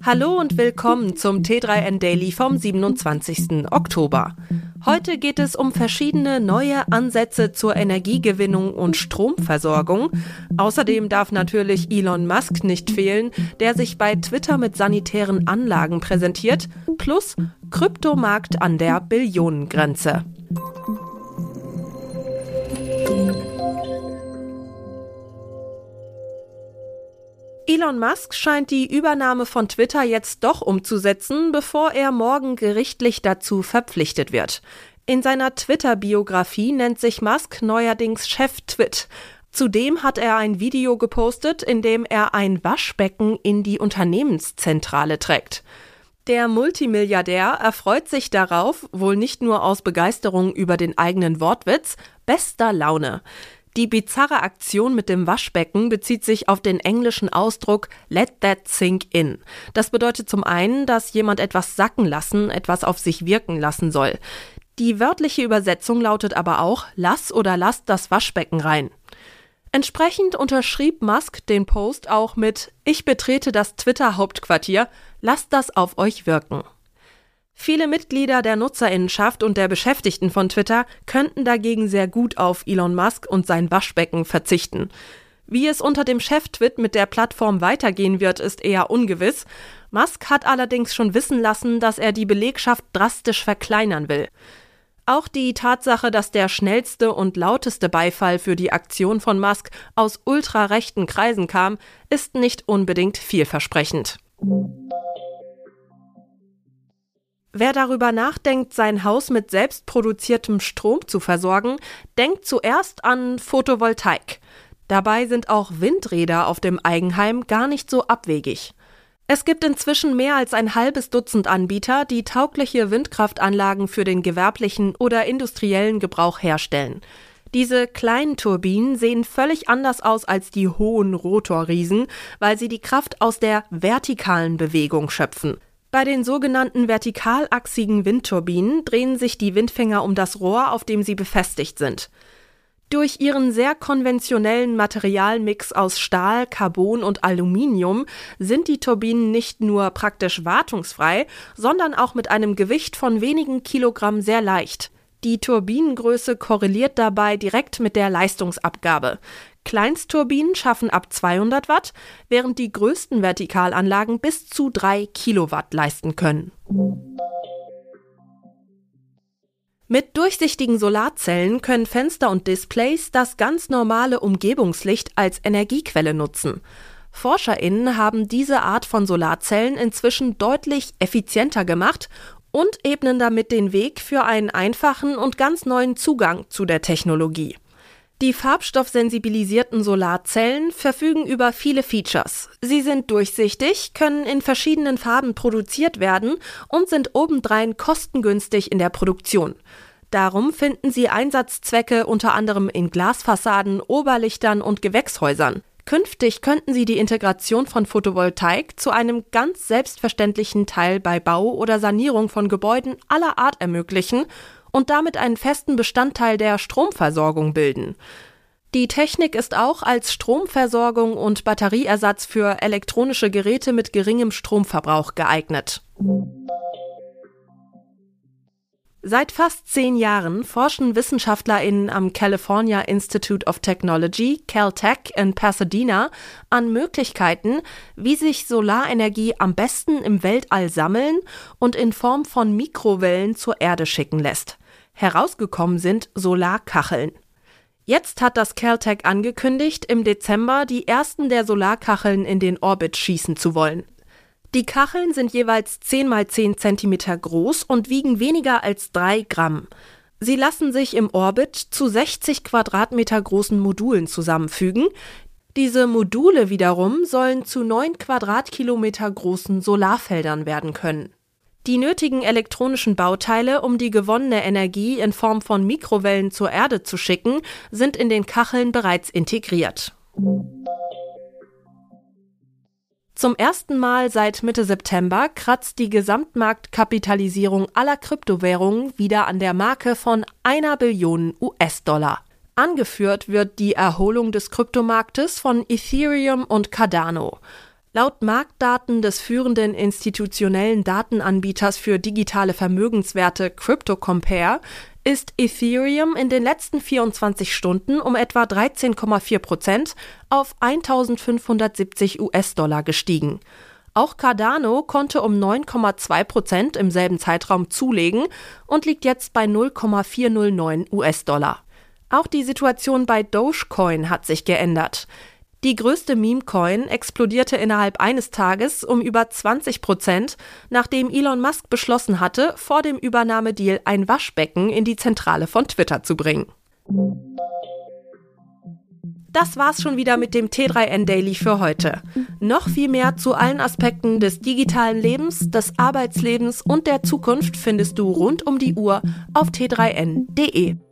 Hallo und willkommen zum T3N Daily vom 27. Oktober. Heute geht es um verschiedene neue Ansätze zur Energiegewinnung und Stromversorgung. Außerdem darf natürlich Elon Musk nicht fehlen, der sich bei Twitter mit sanitären Anlagen präsentiert, plus Kryptomarkt an der Billionengrenze. Elon Musk scheint die Übernahme von Twitter jetzt doch umzusetzen, bevor er morgen gerichtlich dazu verpflichtet wird. In seiner Twitter-Biografie nennt sich Musk neuerdings Chef Twit. Zudem hat er ein Video gepostet, in dem er ein Waschbecken in die Unternehmenszentrale trägt. Der Multimilliardär erfreut sich darauf, wohl nicht nur aus Begeisterung über den eigenen Wortwitz, bester Laune. Die bizarre Aktion mit dem Waschbecken bezieht sich auf den englischen Ausdruck "let that sink in". Das bedeutet zum einen, dass jemand etwas sacken lassen, etwas auf sich wirken lassen soll. Die wörtliche Übersetzung lautet aber auch "lass oder lasst das Waschbecken rein". Entsprechend unterschrieb Musk den Post auch mit "Ich betrete das Twitter-Hauptquartier, lasst das auf euch wirken". Viele Mitglieder der Nutzerinnenschaft und der Beschäftigten von Twitter könnten dagegen sehr gut auf Elon Musk und sein Waschbecken verzichten. Wie es unter dem Chef-Twit mit der Plattform weitergehen wird, ist eher ungewiss. Musk hat allerdings schon wissen lassen, dass er die Belegschaft drastisch verkleinern will. Auch die Tatsache, dass der schnellste und lauteste Beifall für die Aktion von Musk aus ultrarechten Kreisen kam, ist nicht unbedingt vielversprechend. Wer darüber nachdenkt, sein Haus mit selbstproduziertem Strom zu versorgen, denkt zuerst an Photovoltaik. Dabei sind auch Windräder auf dem Eigenheim gar nicht so abwegig. Es gibt inzwischen mehr als ein halbes Dutzend Anbieter, die taugliche Windkraftanlagen für den gewerblichen oder industriellen Gebrauch herstellen. Diese kleinen Turbinen sehen völlig anders aus als die hohen Rotorriesen, weil sie die Kraft aus der vertikalen Bewegung schöpfen. Bei den sogenannten vertikalachsigen Windturbinen drehen sich die Windfänger um das Rohr, auf dem sie befestigt sind. Durch ihren sehr konventionellen Materialmix aus Stahl, Carbon und Aluminium sind die Turbinen nicht nur praktisch wartungsfrei, sondern auch mit einem Gewicht von wenigen Kilogramm sehr leicht. Die Turbinengröße korreliert dabei direkt mit der Leistungsabgabe. Kleinstturbinen schaffen ab 200 Watt, während die größten Vertikalanlagen bis zu 3 Kilowatt leisten können. Mit durchsichtigen Solarzellen können Fenster und Displays das ganz normale Umgebungslicht als Energiequelle nutzen. ForscherInnen haben diese Art von Solarzellen inzwischen deutlich effizienter gemacht und ebnen damit den Weg für einen einfachen und ganz neuen Zugang zu der Technologie. Die farbstoffsensibilisierten Solarzellen verfügen über viele Features. Sie sind durchsichtig, können in verschiedenen Farben produziert werden und sind obendrein kostengünstig in der Produktion. Darum finden sie Einsatzzwecke unter anderem in Glasfassaden, Oberlichtern und Gewächshäusern. Künftig könnten sie die Integration von Photovoltaik zu einem ganz selbstverständlichen Teil bei Bau oder Sanierung von Gebäuden aller Art ermöglichen und damit einen festen Bestandteil der Stromversorgung bilden. Die Technik ist auch als Stromversorgung und Batterieersatz für elektronische Geräte mit geringem Stromverbrauch geeignet. Seit fast 10 Jahren forschen WissenschaftlerInnen am California Institute of Technology, Caltech in Pasadena, an Möglichkeiten, wie sich Solarenergie am besten im Weltall sammeln und in Form von Mikrowellen zur Erde schicken lässt. Herausgekommen sind Solarkacheln. Jetzt hat das Caltech angekündigt, im Dezember die ersten der Solarkacheln in den Orbit schießen zu wollen. Die Kacheln sind jeweils 10 x 10 Zentimeter groß und wiegen weniger als 3 Gramm. Sie lassen sich im Orbit zu 60 Quadratmeter großen Modulen zusammenfügen. Diese Module wiederum sollen zu 9 Quadratkilometer großen Solarfeldern werden können. Die nötigen elektronischen Bauteile, um die gewonnene Energie in Form von Mikrowellen zur Erde zu schicken, sind in den Kacheln bereits integriert. Zum ersten Mal seit Mitte September kratzt die Gesamtmarktkapitalisierung aller Kryptowährungen wieder an der Marke von 1 Billion US-Dollar. Angeführt wird die Erholung des Kryptomarktes von Ethereum und Cardano. Laut Marktdaten des führenden institutionellen Datenanbieters für digitale Vermögenswerte CryptoCompare ist Ethereum in den letzten 24 Stunden um etwa 13,4% auf 1.570 US-Dollar gestiegen. Auch Cardano konnte um 9,2% im selben Zeitraum zulegen und liegt jetzt bei 0,409 US-Dollar. Auch die Situation bei Dogecoin hat sich geändert. Die größte Meme-Coin explodierte innerhalb eines Tages um über 20%, nachdem Elon Musk beschlossen hatte, vor dem Übernahmedeal ein Waschbecken in die Zentrale von Twitter zu bringen. Das war's schon wieder mit dem T3N Daily für heute. Noch viel mehr zu allen Aspekten des digitalen Lebens, des Arbeitslebens und der Zukunft findest du rund um die Uhr auf t3n.de.